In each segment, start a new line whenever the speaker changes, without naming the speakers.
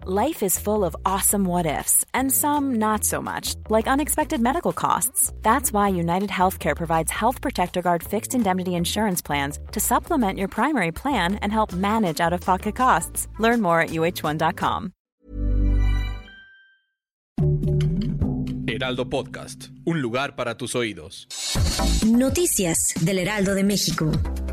Life is full of awesome what-ifs, and some not so much, like unexpected medical costs. That's why United Healthcare provides Health Protector Guard fixed indemnity insurance plans to supplement your primary plan and help manage out-of-pocket costs. Learn more at uh1.com.
Heraldo Podcast, un lugar para tus oídos.
Noticias del Heraldo de México.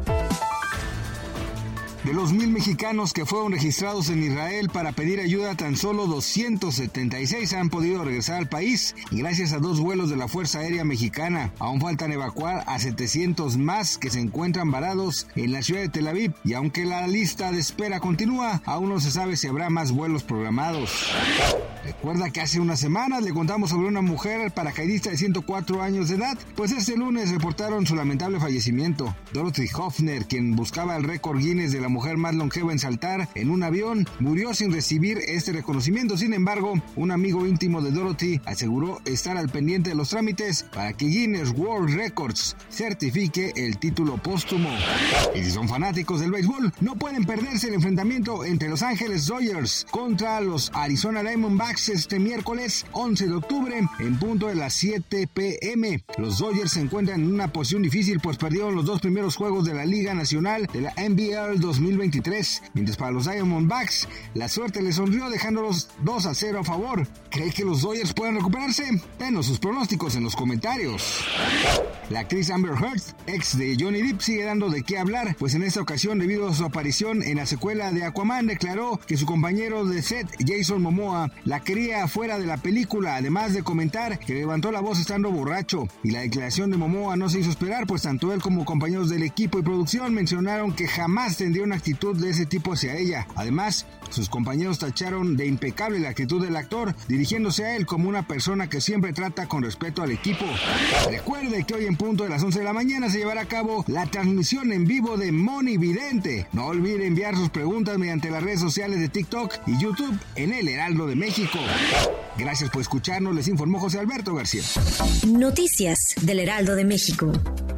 De los 1,000 mexicanos que fueron registrados en Israel para pedir ayuda, tan solo 276 han podido regresar al país y gracias a 2 vuelos de la Fuerza Aérea Mexicana. Aún faltan evacuar a 700 más que se encuentran varados en la ciudad de Tel Aviv y aunque la lista de espera continúa, aún no se sabe si habrá más vuelos programados. Recuerda que hace unas semanas le contamos sobre una mujer paracaidista de 104 años de edad, pues este lunes reportaron su lamentable fallecimiento. Dorothy Hoffner, quien buscaba el récord Guinness de la mujer más longeva en saltar en un avión, murió sin recibir este reconocimiento. Sin embargo, un amigo íntimo de Dorothy aseguró estar al pendiente de los trámites para que Guinness World Records certifique el título póstumo. Y si son fanáticos del béisbol, no pueden perderse el enfrentamiento entre Los Ángeles Dodgers contra los Arizona Diamondbacks este miércoles 11 de octubre en punto de las 7 p.m. Los Dodgers se encuentran en una posición difícil pues perdieron los 2 primeros juegos de la Liga Nacional de la NBL 2023, mientras para los Diamondbacks la suerte les sonrió dejándolos 2-0 a favor. ¿Cree que los Dodgers pueden recuperarse? Denos sus pronósticos en los comentarios. La actriz Amber Heard, ex de Johnny Depp, sigue dando de qué hablar, pues en esta ocasión, debido a su aparición en la secuela de Aquaman, declaró que su compañero de set, Jason Momoa, la quería fuera de la película, además de comentar que levantó la voz estando borracho. Y la declaración de Momoa no se hizo esperar, pues tanto él como compañeros del equipo y producción mencionaron que jamás tendría una actitud de ese tipo hacia ella. Además, sus compañeros tacharon de impecable la actitud del actor, dirigiéndose a él como una persona que siempre trata con respeto al equipo. Recuerde que hoy en punto de las 11 de la mañana se llevará a cabo la transmisión en vivo de Moni Vidente. No olvide enviar sus preguntas mediante las redes sociales de TikTok y YouTube en El Heraldo de México. Gracias por escucharnos, les informó José Alberto García.
Noticias del Heraldo de México.